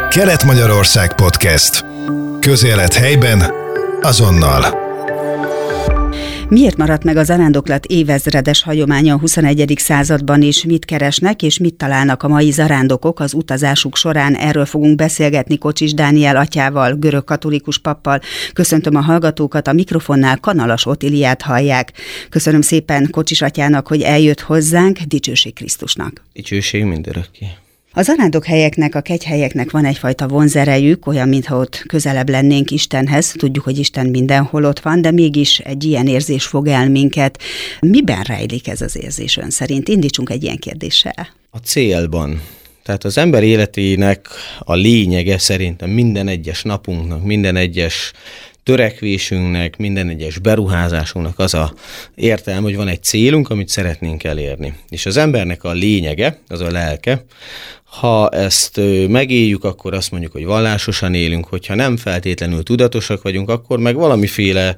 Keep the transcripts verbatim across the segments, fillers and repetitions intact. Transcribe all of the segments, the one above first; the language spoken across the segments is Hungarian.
Kelet-Magyarország Podcast. Közélet helyben, azonnal. Miért maradt meg a zarándoklat évezredes hagyománya a huszonegyedik században is? Mit keresnek és mit találnak a mai zarándokok az utazásuk során? Erről fogunk beszélgetni Kocsis Dániel atyával, görögkatolikus pappal. Köszöntöm a hallgatókat, a mikrofonnál Kanalas Otiliát hallják. Köszönöm szépen Kocsis atyának, hogy eljött hozzánk, dicsőség Krisztusnak. Dicsőség mindörökké. A zarándokhelyeknek, a kegyhelyeknek van egyfajta vonzerejük, olyan, mintha ott közelebb lennénk Istenhez. Tudjuk, hogy Isten mindenhol ott van, de mégis egy ilyen érzés fog el minket. Miben rejlik ez az érzés ön szerint? Indítsunk egy ilyen kérdéssel. A célban. Tehát az ember életének a lényege szerintem minden egyes napunknak, minden egyes törekvésünknek, minden egyes beruházásunknak az a értelme, hogy van egy célunk, amit szeretnénk elérni. És az embernek a lényege, az a lelke. Ha ezt megéljük, akkor azt mondjuk, hogy vallásosan élünk, hogyha nem feltétlenül tudatosak vagyunk, akkor meg valamiféle,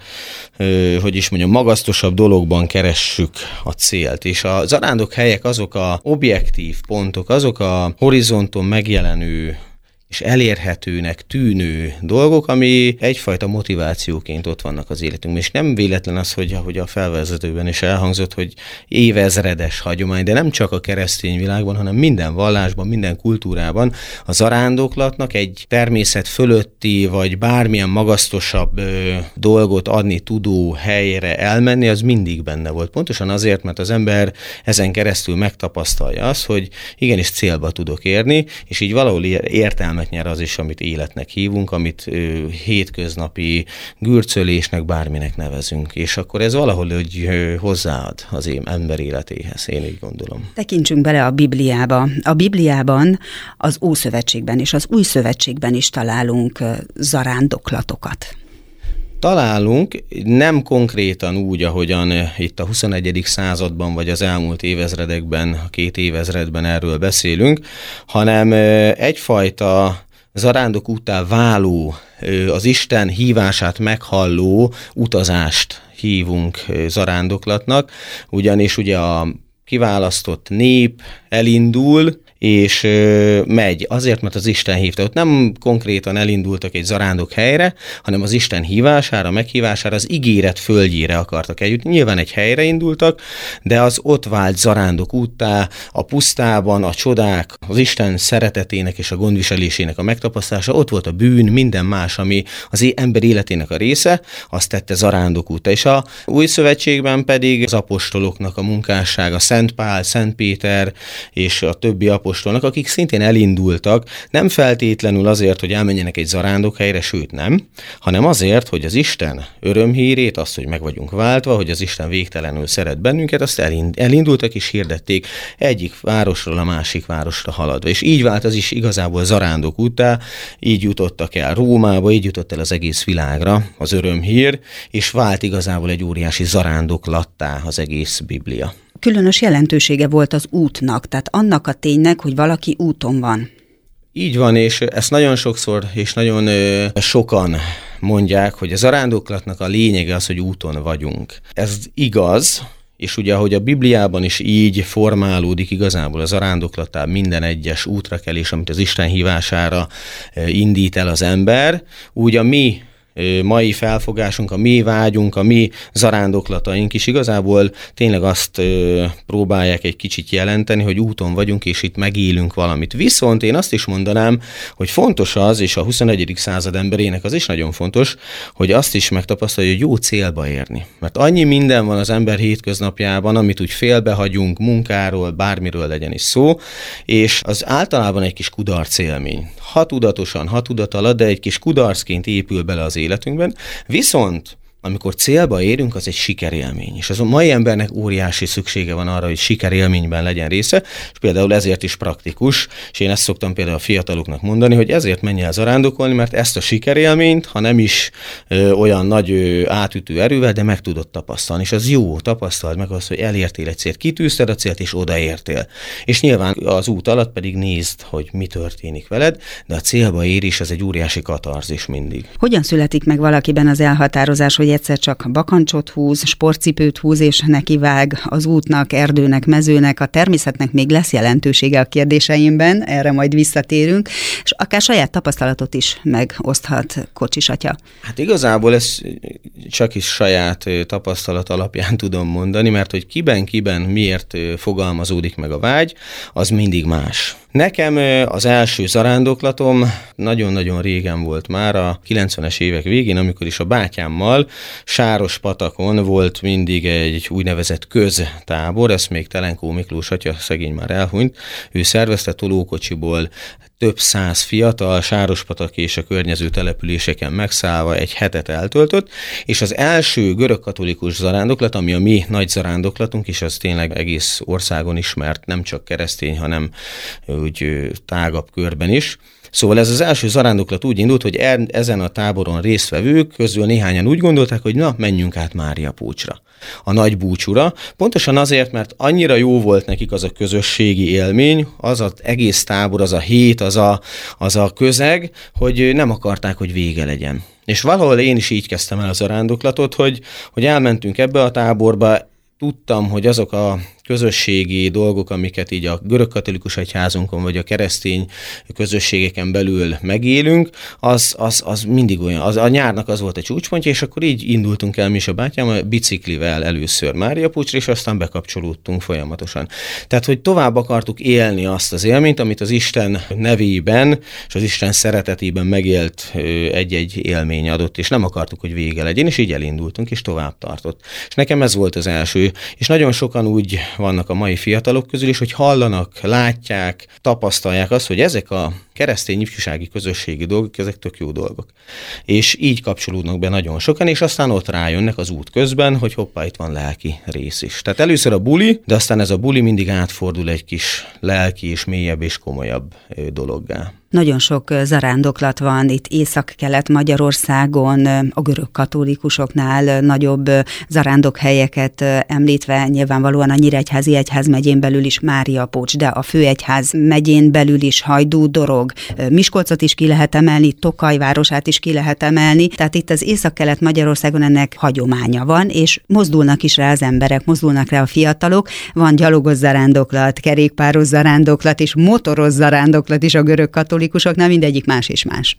hogy is mondjam, magasztosabb dologban keressük a célt. És a zarándokhelyek azok a objektív pontok, azok a horizonton megjelenő és elérhetőnek tűnő dolgok, ami egyfajta motivációként ott vannak az életünkben. És nem véletlen az, hogy ahogy a felvezetőben is elhangzott, hogy évezredes hagyomány, de nem csak a keresztény világban, hanem minden vallásban, minden kultúrában a zarándoklatnak egy természet fölötti, vagy bármilyen magasztosabb ö, dolgot adni tudó helyre elmenni, az mindig benne volt. Pontosan azért, mert az ember ezen keresztül megtapasztalja azt, hogy igenis célba tudok érni, és így valahol értelme nyer az is, amit életnek hívunk, amit ö, hétköznapi gürcölésnek, bárminek nevezünk. És akkor ez valahol hogy, ö, hozzáad az én ember életéhez, én így gondolom. Tekintsünk bele a Bibliába. A Bibliában, az Ószövetségben és az Új Szövetségben is találunk ö, zarándoklatokat. Találunk, nem konkrétan úgy, ahogyan itt a huszonegyedik században, vagy az elmúlt évezredekben, a két évezredben erről beszélünk, hanem egyfajta zarándok úttá váló, az Isten hívását meghalló utazást hívunk zarándoklatnak, ugyanis ugye a kiválasztott nép elindul, és ö, megy. Azért, mert az Isten hívta. Ott nem konkrétan elindultak egy zarándok helyre, hanem az Isten hívására, meghívására, az ígéret földjére akartak eljutni. Nyilván egy helyre indultak, de az ott vált zarándok úttá, a pusztában, a csodák, az Isten szeretetének és a gondviselésének a megtapasztalása, ott volt a bűn, minden más, ami az ember életének a része, azt tette zarándok úttá. És a Új Szövetségben pedig az apostoloknak a munkássága, Szent Pál, Szent Péter és a többi apostolok, akik szintén elindultak, nem feltétlenül azért, hogy elmenjenek egy zarándokhelyre, sőt nem, hanem azért, hogy az Isten örömhírét, azt, hogy meg vagyunk váltva, hogy az Isten végtelenül szeret bennünket, azt elindultak és hirdették egyik városról a másik városra haladva. És így vált az is igazából zarándok úttá, így jutottak el Rómába, így jutott el az egész világra az örömhír, és vált igazából egy óriási zarándoklattá az egész Biblia. Különös jelentősége volt az útnak, tehát annak a ténynek, hogy valaki úton van. Így van, és ezt nagyon sokszor és nagyon ö, sokan mondják, hogy a zarándoklatnak a lényege az, hogy úton vagyunk. Ez igaz, és ugye, ahogy a Bibliában is így formálódik igazából a zarándoklatá minden egyes útrakelés, amit az Isten hívására indít el az ember, úgy a mi mai felfogásunk, a mi vágyunk, a mi zarándoklataink is igazából tényleg azt ö, próbálják egy kicsit jelenteni, hogy úton vagyunk, és itt megélünk valamit. Viszont én azt is mondanám, hogy fontos az, és a huszonegyedik század emberének az is nagyon fontos, hogy azt is megtapasztalja, hogy jó célba érni. Mert annyi minden van az ember hétköznapjában, amit úgy félbehagyunk, munkáról, bármiről legyen is szó, és az általában egy kis kudarc élmény. Ha tudatosan, ha tudat alatt, de egy kis kudarcként épül bele az életünkben, viszont amikor célba érünk, az egy sikerélmény. És az a mai embernek óriási szüksége van arra, hogy sikerélményben legyen része, és például ezért is praktikus, és én ezt szoktam például a fiataloknak mondani, hogy ezért menj el zarándokolni, mert ezt a sikerélményt, ha nem is ö, olyan nagy ö, átütő erővel, de meg tudod tapasztalni. És az jó, tapasztald meg azt, hogy elértél egy célt, kitűzted a célt, és odaértél. És nyilván az út alatt pedig nézd, hogy mi történik veled, de a célba érés az egy óriási katarzis mindig. Hogyan születik meg valakiben az elhatározás, hogy egyszer csak bakancsot húz, sportcipőt húz, és nekivág az útnak, erdőnek, mezőnek, a természetnek még lesz jelentősége a kérdéseimben, erre majd visszatérünk, és akár saját tapasztalatot is megoszthat Kocsis atya. Hát igazából ez csak is saját tapasztalat alapján tudom mondani, mert hogy kiben-kiben miért fogalmazódik meg a vágy, az mindig más. Nekem az első zarándoklatom nagyon-nagyon régen volt már, a kilencvenes évek végén, amikor is a bátyámmal Sárospatakon volt mindig egy úgynevezett köztábor, ezt még Telenkó Miklós atya, szegény már elhunyt, ő szervezte tolókocsiból több száz fiatal Sárospatak és a környező településeken megszállva egy hetet eltöltött, és az első görögkatolikus zarándoklat, ami a mi nagy zarándoklatunk, és az tényleg egész országon ismert, nem csak keresztény, hanem úgy tágabb körben is. Szóval ez az első zarándoklat úgy indult, hogy ezen a táboron résztvevők közül néhányan úgy gondolták, hogy na, menjünk át Máriapócsra, a nagy búcsúra. Pontosan azért, mert annyira jó volt nekik az a közösségi élmény, az az egész tábor, az a hét, az a, az a közeg, hogy nem akarták, hogy vége legyen. És valahol én is így kezdtem el a zarándoklatot, hogy, hogy elmentünk ebbe a táborba, tudtam, hogy azok a közösségi dolgok, amiket így a görögkatolikus egyházunkon vagy a keresztény közösségeken belül megélünk, az, az, az mindig olyan. Az, a nyárnak az volt a csúcspontja, és akkor így indultunk el mi is a bátyám biciklivel először Máriapócsra, és aztán bekapcsolódtunk folyamatosan. Tehát, hogy tovább akartuk élni azt az élményt, amit az Isten nevében és az Isten szeretetében megélt egy-egy élmény adott, és nem akartuk, hogy vége legyen, és így elindultunk, és tovább tartott. És nekem ez volt az első, és nagyon sokan úgy vannak a mai fiatalok közül is, hogy hallanak, látják, tapasztalják azt, hogy ezek a keresztény ifjúsági közösségi dolgok, ezek tök jó dolgok. És így kapcsolódnak be nagyon sokan, és aztán ott rájönnek az út közben, hogy hoppá, itt van lelki rész is. Tehát először a buli, de aztán ez a buli mindig átfordul egy kis lelki és mélyebb és komolyabb dologgá. Nagyon sok zarándoklat van itt Észak-Kelet-Magyarországon, a görög katolikusoknál nagyobb zarándokhelyeket említve, nyilvánvalóan a Nyíregyházi egyházmegyén belül is Máriapócs, de a főegyház megyén belül is Hajdú, Dorog, Miskolcot is ki lehet emelni, Tokaj városát is ki lehet emelni, tehát itt az Észak-Kelet-Magyarországon ennek hagyománya van, és mozdulnak is rá az emberek, mozdulnak rá a fiatalok, van gyalogos zarándoklat, kerékpáros zarándoklat és motoros zarándoklat is a görög katolikusoknál, mindegyik más és más.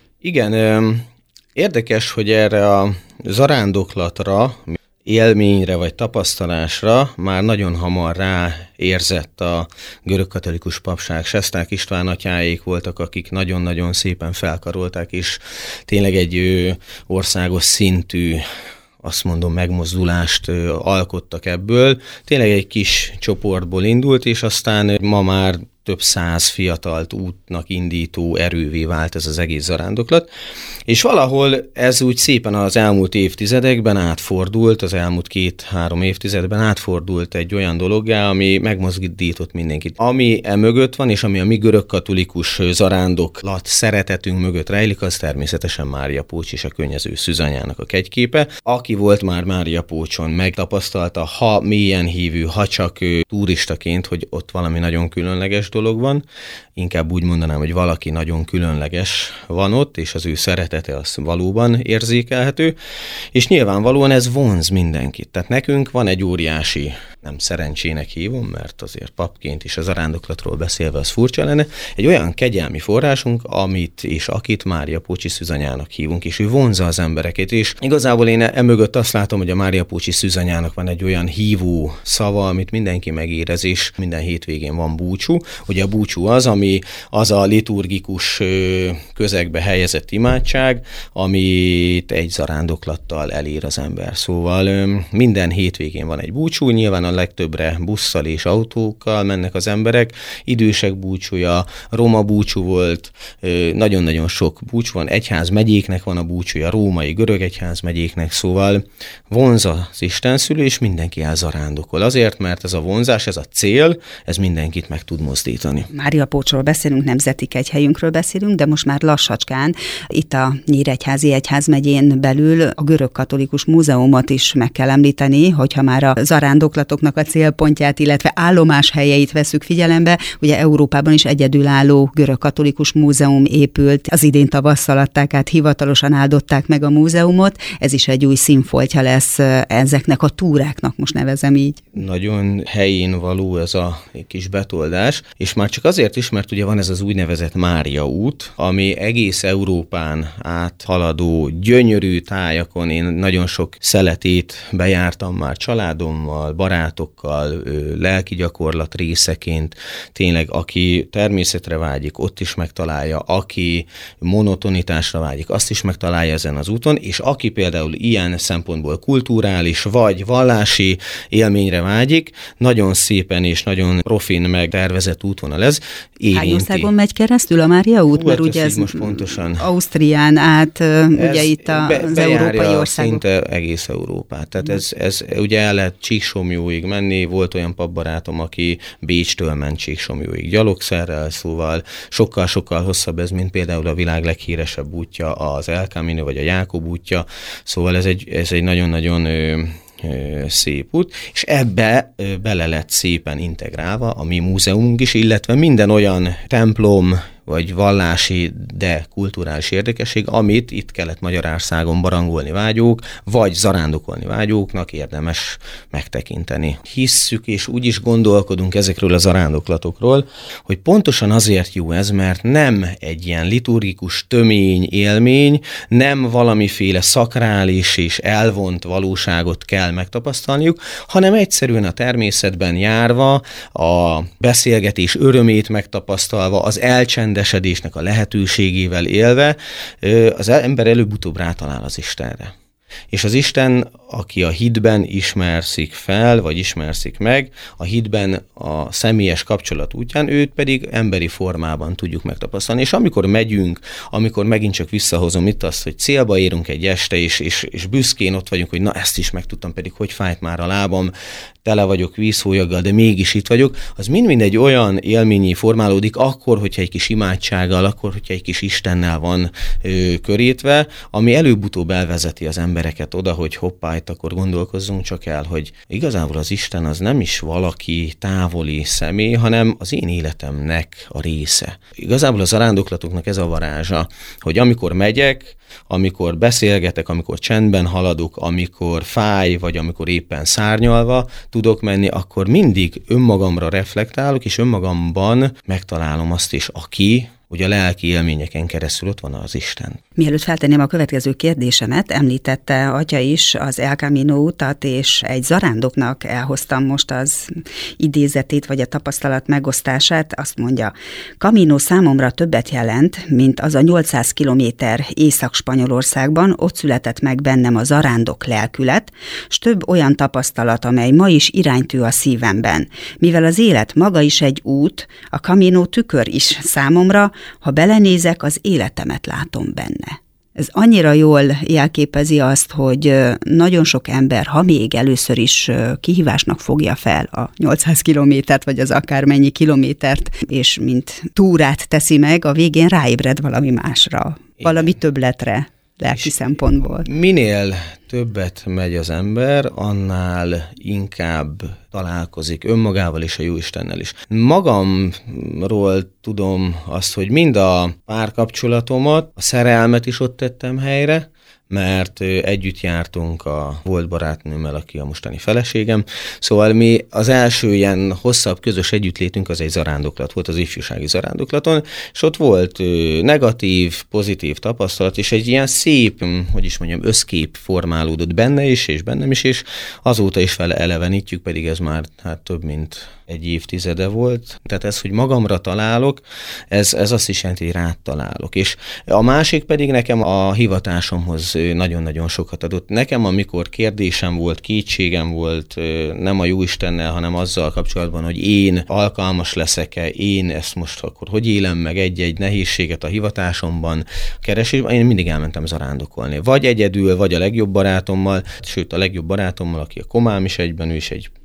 Igen, érdekes, hogy erre a zarándoklatra, élményre vagy tapasztalásra már nagyon hamar ráérzett a görögkatolikus papság. Sesták István atyáék voltak, akik nagyon-nagyon szépen felkarolták, és tényleg egy országos szintű, azt mondom, megmozdulást alkottak ebből. Tényleg egy kis csoportból indult, és aztán ma már több száz fiatalt útnak indító erővé vált ez az egész zarándoklat, és valahol ez úgy szépen az elmúlt évtizedekben átfordult, az elmúlt két-három évtizedben átfordult egy olyan dologgá, ami megmozdított mindenkit. Ami e mögött van, és ami a mi görögkatolikus zarándoklat szeretetünk mögött rejlik, az természetesen Máriapócs és a könnyező szűzanyának a kegyképe. Aki volt már Máriapócson, megtapasztalta, ha mélyen hívő, ha csak turistaként, hogy ott valami nagyon különleges dolog van, inkább úgy mondanám, hogy valaki nagyon különleges van ott, és az ő szeretete az valóban érzékelhető, és nyilvánvalóan ez vonz mindenkit. Tehát nekünk van egy óriási, nem szerencsének hívom, mert azért papként is a zarándoklatról beszélve az furcsa lenne, egy olyan kegyelmi forrásunk, amit és akit Máriapócsi szűzanyának hívunk, és ő vonzza az embereket, és igazából én emögött azt látom, hogy a Máriapócsi szűzanyának van egy olyan hívó szava, amit mindenki megérez, és minden hétvégén van búcsú. Ugye a búcsú az, ami az a liturgikus közegbe helyezett imádság, amit egy zarándoklattal elér az ember. Szóval minden hétvégén van egy búcsú, nyilván a legtöbbre busszal és autókkal mennek az emberek, idősek búcsúja, roma búcsú volt, nagyon-nagyon sok búcsú van, egyházmegyéknek van a búcsúja, római görög egyházmegyéknek, szóval vonz az istenszülő, és mindenki elzarándokol. Azért, mert ez a vonzás, ez a cél, ez mindenkit meg tud mozdítani. Máriapócsról beszélünk, nemzeti kegyhelyünkről beszélünk, de most már lassacskán itt a Nyíregyházi egyházmegyén belül a görög katolikus múzeumot is meg kell említeni, hogyha már a zarándoklatokról zarándokoknak a célpontját, illetve állomáshelyeit veszük figyelembe, ugye Európában is egyedülálló görög katolikus múzeum épült, az idén tavasszal adták át, hivatalosan áldották meg a múzeumot, ez is egy új színfoltja lesz ezeknek a túráknak, most nevezem így. Nagyon helyén való ez a kis betoldás, és már csak azért is, mert ugye van ez az úgynevezett Mária út, ami egész Európán áthaladó, gyönyörű tájakon, én nagyon sok szeletét bejártam már családommal, barátokkal, lelki gyakorlat részeként, tényleg aki természetre vágyik, ott is megtalálja, aki monotonitásra vágyik, azt is megtalálja ezen az úton, és aki például ilyen szempontból kulturális vagy vallási élményre vágyik, nagyon szépen és nagyon profin meg tervezett útvonal ez. Érinti. Hány országon megy keresztül a Mária út? Hú, mert hát ugye ez most pontosan. Ausztrián át, ez ugye itt a, be, az európai országok. Szinte egész Európát. Tehát ez, ez ugye el lehet Csíksomlyóig menni, volt olyan papbarátom, aki Bécstől ment Csíksomlyóig gyalogszerrel, szóval sokkal-sokkal hosszabb ez, mint például a világ leghíresebb útja, az El Camino vagy a Jákob útja, szóval ez egy, ez egy nagyon-nagyon ö, ö, szép út, és ebbe ö, bele lett szépen integrálva a mi múzeumunk is, illetve minden olyan templom, vagy vallási, de kulturális érdekesség, amit itt Kelet-Magyarországon barangolni vágyók, vagy zarándokolni vágyóknak érdemes megtekinteni. Hisszük, és úgy is gondolkodunk ezekről a zarándoklatokról, hogy pontosan azért jó ez, mert nem egy ilyen liturgikus, tömény élmény, nem valamiféle szakrális és elvont valóságot kell megtapasztalniuk, hanem egyszerűen a természetben járva, a beszélgetés örömét megtapasztalva, az elcsend esedésnek a lehetőségével élve, az ember előbb-utóbb rátalál az Istenre. És az Isten, aki a hitben ismerszik fel, vagy ismerszik meg, a hitben a személyes kapcsolat útján, őt pedig emberi formában tudjuk megtapasztalni. És amikor megyünk, amikor megint csak visszahozom itt azt, hogy célba érünk egy este, és, és, és büszkén ott vagyunk, hogy na ezt is megtudtam, pedig hogy fájt már a lábam, tele vagyok vízhólyaggal, de mégis itt vagyok, az mind-mind egy olyan élményé formálódik, akkor, hogyha egy kis imádsággal, akkor, hogyha egy kis Istennel van ö, körítve, ami előbb-utóbb elvezeti az embereket oda, hogy hoppá, itt akkor gondolkozzunk csak el, hogy igazából az Isten az nem is valaki távoli személy, hanem az én életemnek a része. Igazából a zarándoklatoknak ez a varázsa, hogy amikor megyek, amikor beszélgetek, amikor csendben haladok, amikor fáj, vagy amikor éppen szárnyalva tudok menni, akkor mindig önmagamra reflektálok, és önmagamban megtalálom azt is, aki ugye a lelki élményeken keresztül ott van az Isten. Mielőtt feltenném a következő kérdésemet, említette atya is az El Camino utat, és egy zarándoknak elhoztam most az idézetét, vagy a tapasztalat megosztását, azt mondja, Camino számomra többet jelent, mint az a nyolcszáz kilométer Észak-Spanyolországban, ott született meg bennem a zarándok lelkület, s több olyan tapasztalat, amely ma is iránytű a szívemben. Mivel az élet maga is egy út, a Camino tükör is számomra, ha belenézek, az életemet látom benne. Ez annyira jól jelképezi azt, hogy nagyon sok ember, ha még először is kihívásnak fogja fel a nyolcszáz kilométert, vagy az akármennyi kilométert, és mint túrát teszi meg, a végén ráébred valami másra, igen, valami többletre. Lelki szempontból. Minél többet megy az ember, annál inkább találkozik önmagával és a Jóistennel is. Magamról tudom azt, hogy mind a párkapcsolatomat, a szerelmet is ott tettem helyre, mert együtt jártunk a volt barátnőmmel, aki a mostani feleségem. Szóval mi az első ilyen hosszabb közös együttlétünk az egy zarándoklat volt, az ifjúsági zarándoklaton, és ott volt negatív, pozitív tapasztalat, és egy ilyen szép, hogy is mondjam, összkép formálódott benne is, és bennem is, és azóta is vele elevenítjük, pedig ez már hát több mint egy évtizede volt. Tehát ez, hogy magamra találok, ez, ez azt is jelenti, hogy rád találok. És a másik pedig nekem a hivatásomhoz nagyon-nagyon sokat adott. Nekem, amikor kérdésem volt, kétségem volt, nem a Jóistennel, hanem azzal kapcsolatban, hogy én alkalmas leszek-e, én ezt most akkor hogy élem meg egy-egy nehézséget a hivatásomban, keresésben, én mindig elmentem zarándokolni. Vagy egyedül, vagy a legjobb barátommal, sőt a legjobb barátommal, aki a komám is egyben, ő is egy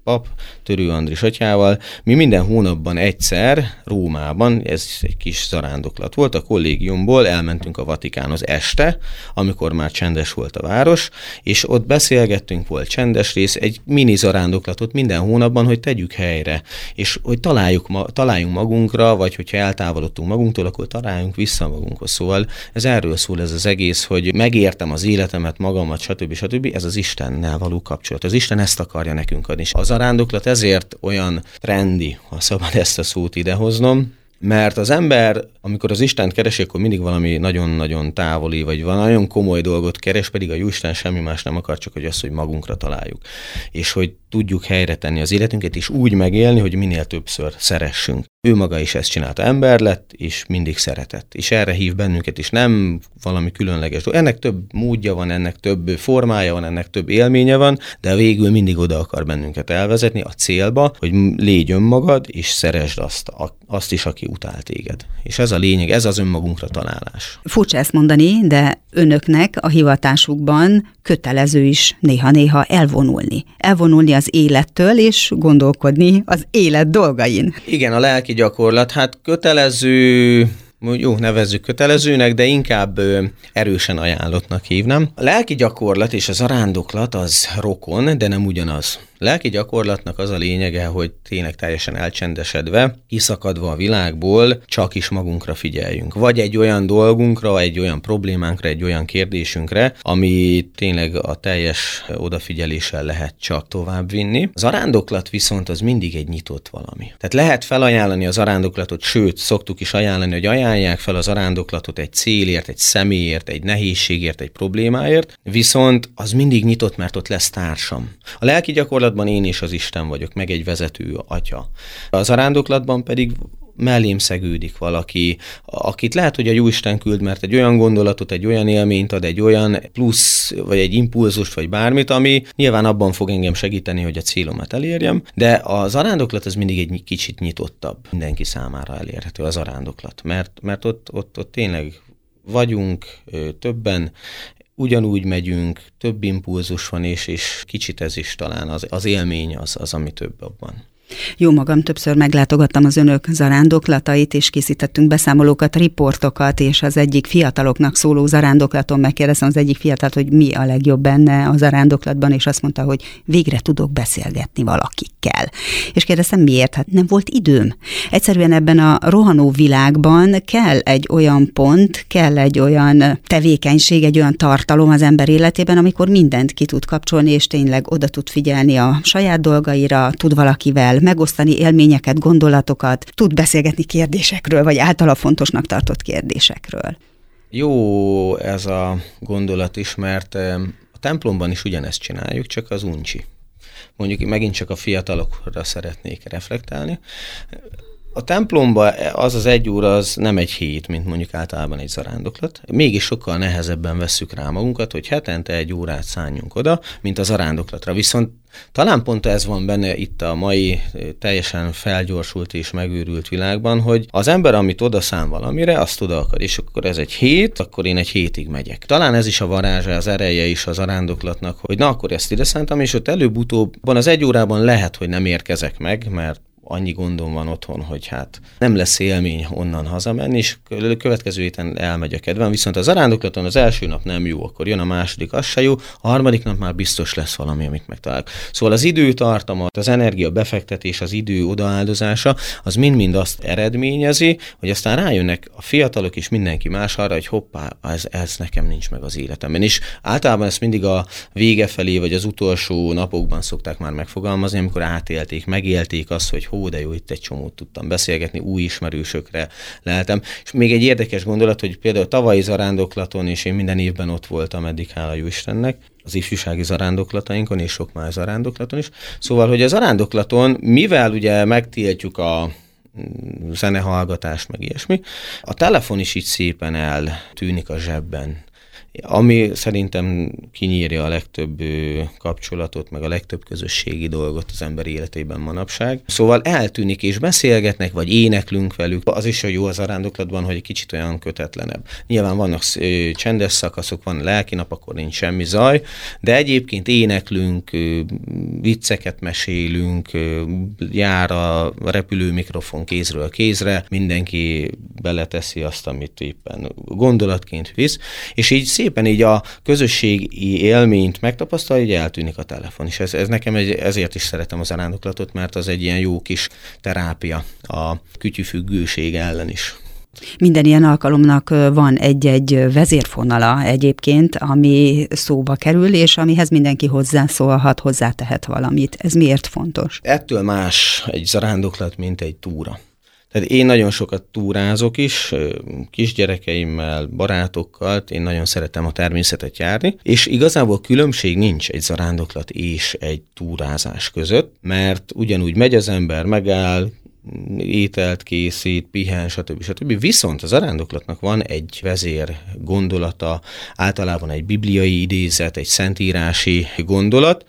pap, Törő Andris atyával, mi minden hónapban egyszer Rómában, ez egy kis zarándoklat volt, a kollégiumból elmentünk a Vatikánhoz este, amikor már csendes volt a város, és ott beszélgettünk, volt csendes rész, egy mini zarándoklatot minden hónapban, hogy tegyük helyre, és hogy találjuk ma, találjunk magunkra, vagy hogyha eltávolodtunk magunktól, akkor találjunk vissza magunkhoz. Szóval ez erről szól ez az egész, hogy megértem az életemet, magamat, stb. stb. Ez az Istennel való kapcsolat. Az Isten ezt akarja nekünk adni. A zarándoklat ezért olyan trendi, ha szabad ezt a szót idehoznom, mert az ember, amikor az Istent keresi, akkor mindig valami nagyon-nagyon távoli, vagy valami nagyon komoly dolgot keres, pedig a Jóisten semmi más nem akar, csak hogy azt, hogy magunkra találjuk. És hogy tudjuk helyre tenni az életünket, és úgy megélni, hogy minél többször szeressünk. Ő maga is ezt csinálta, ember lett, és mindig szeretett. És erre hív bennünket is, nem valami különleges dolog. Ennek több módja van, ennek több formája van, ennek több élménye van, de végül mindig oda akar bennünket elvezetni a célba, hogy légy önmagad, és szeresd azt, azt is, aki utál téged. És ez a lényeg, ez az önmagunkra találás. Furcsa ezt mondani, de önöknek a hivatásukban kötelező is néha-néha elvonulni. Elvonulni az élettől, és gondolkodni az élet dolgain. Igen, a lelki gyakorlat, hát kötelező, jó, nevezzük kötelezőnek, de inkább erősen ajánlottnak hívnám. A lelki gyakorlat és a zarándoklat az rokon, de nem ugyanaz. A lelki gyakorlatnak az a lényege, hogy tényleg teljesen elcsendesedve, kiszakadva a világból, csak is magunkra figyeljünk. Vagy egy olyan dolgunkra, egy olyan problémánkra, egy olyan kérdésünkre, ami tényleg a teljes odafigyeléssel lehet csak továbbvinni. Az zarándoklat viszont az mindig egy nyitott valami. Tehát lehet felajánlani az zarándoklatot, sőt, szoktuk is ajánlani, hogy ajánlják fel az zarándoklatot egy célért, egy személyért, egy nehézségért, egy problémáért, viszont az mindig nyitott, mert ott lesz társam. A lelki gyakorlat én és az Isten vagyok, meg egy vezető atya. A zarándoklatban pedig mellém szegődik valaki, akit lehet, hogy a Jóisten küld, mert egy olyan gondolatot, egy olyan élményt ad, egy olyan plusz, vagy egy impulzust, vagy bármit, ami nyilván abban fog engem segíteni, hogy a célomat elérjem, de a zarándoklat az mindig egy kicsit nyitottabb. Mindenki számára elérhető a zarándoklat, mert, mert ott, ott, ott tényleg vagyunk többen, ugyanúgy megyünk, több impulzus van, és, és kicsit ez is talán az, az élmény az, az, ami több abban. Jó magam, többször meglátogattam az önök zarándoklatait, és készítettünk beszámolókat, riportokat, és az egyik fiataloknak szóló zarándoklaton megkérdeztem az egyik fiatalt, hogy mi a legjobb benne a zarándoklatban, és azt mondta, hogy végre tudok beszélgetni valakikkel. És kérdeztem, miért? Hát nem volt időm. Egyszerűen ebben a rohanó világban kell egy olyan pont, kell egy olyan tevékenység, egy olyan tartalom az ember életében, amikor mindent ki tud kapcsolni, és tényleg oda tud figyelni a saját dolgaira, tud valakivel megosztani élményeket, gondolatokat, tud beszélgetni kérdésekről, vagy általa fontosnak tartott kérdésekről. Jó ez a gondolat is, mert a templomban is ugyanezt csináljuk, csak az uncsi. Mondjuk megint csak a fiatalokra szeretnék reflektálni. A templomban az az egy óra az nem egy hét, mint mondjuk általában egy zarándoklat. Mégis sokkal nehezebben vesszük rá magunkat, hogy hetente egy órát szálljunk oda, mint a zarándoklatra. Viszont talán pont ez van benne itt a mai teljesen felgyorsult és megőrült világban, hogy az ember, amit oda szán valamire, azt oda akar, és akkor ez egy hét, akkor én egy hétig megyek. Talán ez is a varázsa, az ereje is a zarándoklatnak, hogy na akkor ezt ide szántam, és ott előbb-utóbb az egy órában lehet, hogy nem érkezek meg, mert annyi gondom van otthon, hogy hát nem lesz élmény onnan hazamenni, és következő héten elmegy a kedvem, viszont a zarándoklaton az első nap nem jó, akkor jön a második, az se jó, a harmadik nap már biztos lesz valami, amit megtalálok. Szóval az időtartama, az energia befektetés, az idő odaáldozása, az mind-mind azt eredményezi, hogy aztán rájönnek a fiatalok és mindenki más arra, hogy hoppá, ez, ez nekem nincs meg az életemben. És általában ezt mindig a vége felé, vagy az utolsó napokban szokták már megfogalmazni, amikor átélték, megélték azt, hogy hó, de jó, itt egy csomót tudtam beszélgetni, új ismerősökre leltem. És még egy érdekes gondolat, hogy például tavalyi zarándoklaton, és én minden évben ott voltam eddig, hála jó Istennek, az ifjúsági zarándoklatainkon, és sok más zarándoklaton is. Szóval, hogy a zarándoklaton, mivel ugye megtiltjuk a zenehallgatást, meg ilyesmi, a telefon is így szépen eltűnik a zsebben. ami szerintem kinyírja a legtöbb kapcsolatot, meg a legtöbb közösségi dolgot az ember életében manapság. Szóval eltűnik és beszélgetnek, vagy éneklünk velük. Az is a jó az zarándoklatban, hogy egy kicsit olyan kötetlenebb. Nyilván vannak ö, csendes szakaszok, van lelki nap, akkor nincs semmi zaj, de egyébként éneklünk, ö, vicceket mesélünk, ö, jár a repülő mikrofon kézről kézre, mindenki beleteszi azt, amit éppen gondolatként visz, és így szépen így a közösségi élményt megtapasztalja, hogy eltűnik a telefon. És ez, ez nekem egy, ezért is szeretem a zarándoklatot, mert az egy ilyen jó kis terápia a kütyüfüggőség ellen is. Minden ilyen alkalomnak van egy-egy vezérfonala egyébként, ami szóba kerül, és amihez mindenki hozzászólhat, hozzátehet valamit. Ez miért fontos? Ettől más egy zarándoklat, mint egy túra. Tehát én nagyon sokat túrázok is, kisgyerekeimmel, barátokkal, én nagyon szeretem a természetet járni, és igazából különbség nincs egy zarándoklat és egy túrázás között, mert ugyanúgy megy az ember, megáll, ételt készít, pihen, stb. stb. Viszont a zarándoklatnak van egy vezér gondolata, általában egy bibliai idézet, egy szentírási gondolat,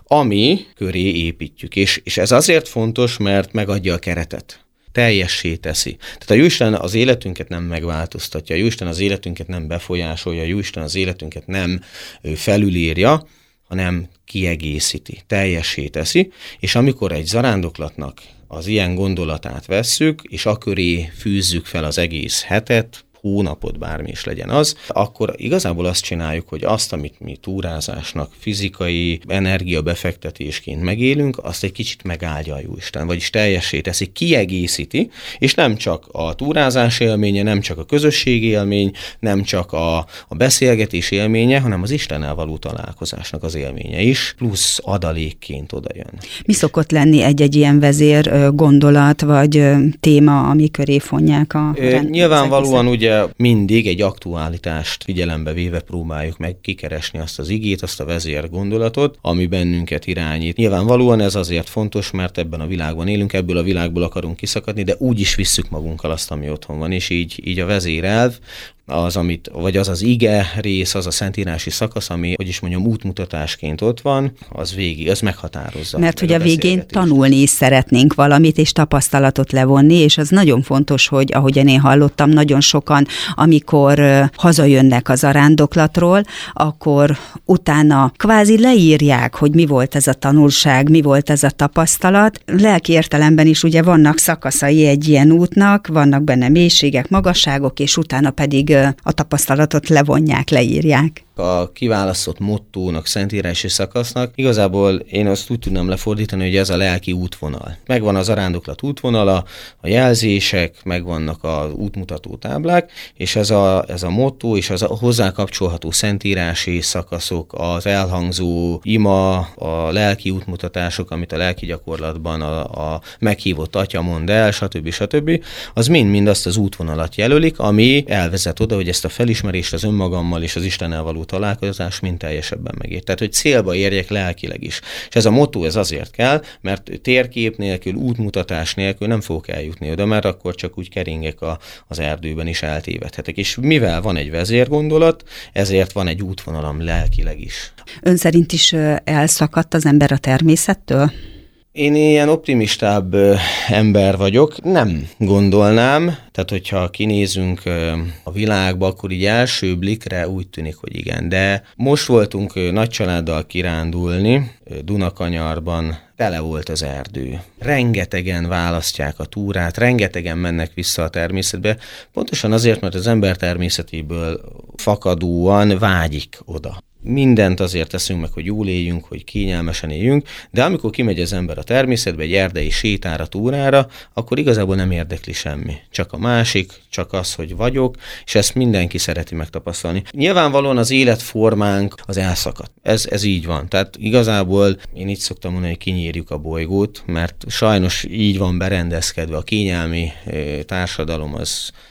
ami köré építjük. És, és ez azért fontos, mert megadja a keretet. Teljessé teszi. Tehát a Jóisten az életünket nem megváltoztatja, a Jóisten az életünket nem befolyásolja, a Jóisten az életünket nem felülírja, hanem kiegészíti, teljessé teszi, és amikor egy zarándoklatnak az ilyen gondolatát vesszük, és aköré fűzzük fel az egész hetet, hónapot, bármi is legyen az, akkor igazából azt csináljuk, hogy azt, amit mi túrázásnak, fizikai energiabefektetésként megélünk, azt egy kicsit megáldja a Jóisten, vagyis teljessé teszi, kiegészíti, és nem csak a túrázás élménye, nem csak a közösségi élmény, nem csak a, a beszélgetés élménye, hanem az Istennel való találkozásnak az élménye is, plusz adalékként odajön. Mi szokott lenni egy-egy ilyen vezér gondolat, vagy téma, ami köré fonják a rend? Nyilvánvalóan ugye mindig egy aktualitást figyelembe véve próbáljuk meg kikeresni azt az igét, azt a vezér gondolatot, ami bennünket irányít. Nyilvánvalóan ez azért fontos, mert ebben a világban élünk, ebből a világból akarunk kiszakadni, de úgy is visszük magunkkal azt, ami otthon van, és így, így a vezérelv, az, amit, vagy az az ige rész, az a szentírási szakasz, ami, hogy is mondjam, útmutatásként ott van, az végig, az meghatározza. Mert hogy a, a végén tanulni is szeretnénk valamit, és tapasztalatot levonni, és az nagyon fontos, hogy ahogyan én hallottam, nagyon sokan, amikor hazajönnek az zarándoklatról, akkor utána kvázi leírják, hogy mi volt ez a tanulság, mi volt ez a tapasztalat. Lelki értelemben is ugye vannak szakaszai egy ilyen útnak, vannak benne mélységek, magasságok, és utána pedig a tapasztalatot levonják, leírják. A kiválasztott mottónak, szentírási szakasznak igazából én azt úgy tudnám lefordítani, hogy ez a lelki útvonal. Megvan az zarándoklat útvonala, a jelzések, megvannak az útmutató táblák, és ez a, ez a motto és az a hozzá kapcsolható szentírási szakaszok, az elhangzó ima, a lelki útmutatások, amit a lelki gyakorlatban a, a meghívott atya mond el, stb. stb. Az mind-mind azt az útvonalat jelölik, ami elvezet oda, hogy ezt a felismerést az önmagammal és az Istennel való találkozás mind teljesebben megért. Tehát, hogy célba érjek lelkileg is. És ez a motto ez azért kell, mert térkép nélkül, útmutatás nélkül nem fogok eljutni oda, mert akkor csak úgy keringek a, az erdőben is eltévedhetek. És mivel van egy vezérgondolat, ezért van egy útvonalam lelkileg is. Ön szerint is elszakadt az ember a természettől? Én ilyen optimistább ember vagyok, nem gondolnám, tehát hogyha kinézünk a világba, akkor így első blikre úgy tűnik, hogy igen, de most voltunk nagy családdal kirándulni, Dunakanyarban, tele volt az erdő. Rengetegen választják a túrát, rengetegen mennek vissza a természetbe, pontosan azért, mert az ember természetéből fakadóan vágyik oda. Mindent azért teszünk meg, hogy jól éljünk, hogy kényelmesen éljünk, de amikor kimegy az ember a természetbe, egy erdei sétára, túrára, akkor igazából nem érdekli semmi. Csak a másik, csak az, hogy vagyok, és ezt mindenki szereti megtapasztalni. Nyilvánvalóan az életformánk az elszakadt. Ez, ez így van. Tehát igazából én így szoktam mondani, hogy kinyírjuk a bolygót, mert sajnos így van berendezkedve a kényelmi társadalom, az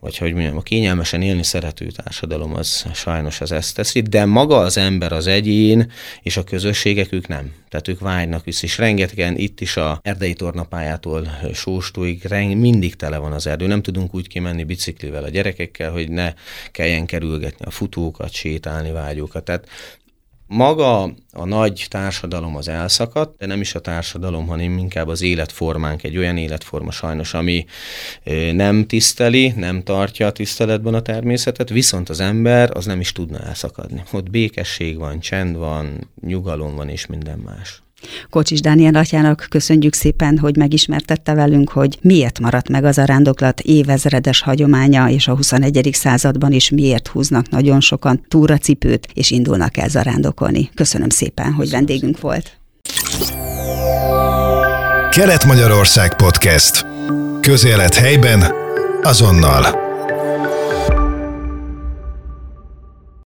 vagy hogy mondjam, a kényelmesen élni szerető társadalom az sajnos az ezt teszi, de maga az ember, az egyén és a közösségek ők nem. Tehát ők vágynak vissza, és rengetegen itt is a erdei tornapályától Sóstóig mindig tele van az erdő. Nem tudunk úgy kimenni biciklivel a gyerekekkel, hogy ne kelljen kerülgetni a futókat, sétálni vágyókat. Tehát maga a nagy társadalom az elszakadt, de nem is a társadalom, hanem inkább az életformánk, egy olyan életforma sajnos, ami nem tiszteli, nem tartja a tiszteletben a természetet, viszont az ember az nem is tudna elszakadni. Ott békesség van, csend van, nyugalom van és minden más. Kocsis Dániel atyának köszönjük szépen, hogy megismertette velünk, hogy miért maradt meg az arándoklat évezredes hagyománya, és a huszonegyedik században is miért húznak nagyon sokan túracipőt, és indulnak el zarándokolni. Köszönöm szépen, hogy Köszönöm vendégünk szépen. volt. Kelet-Magyarország Podcast. Közélet helyben, azonnal.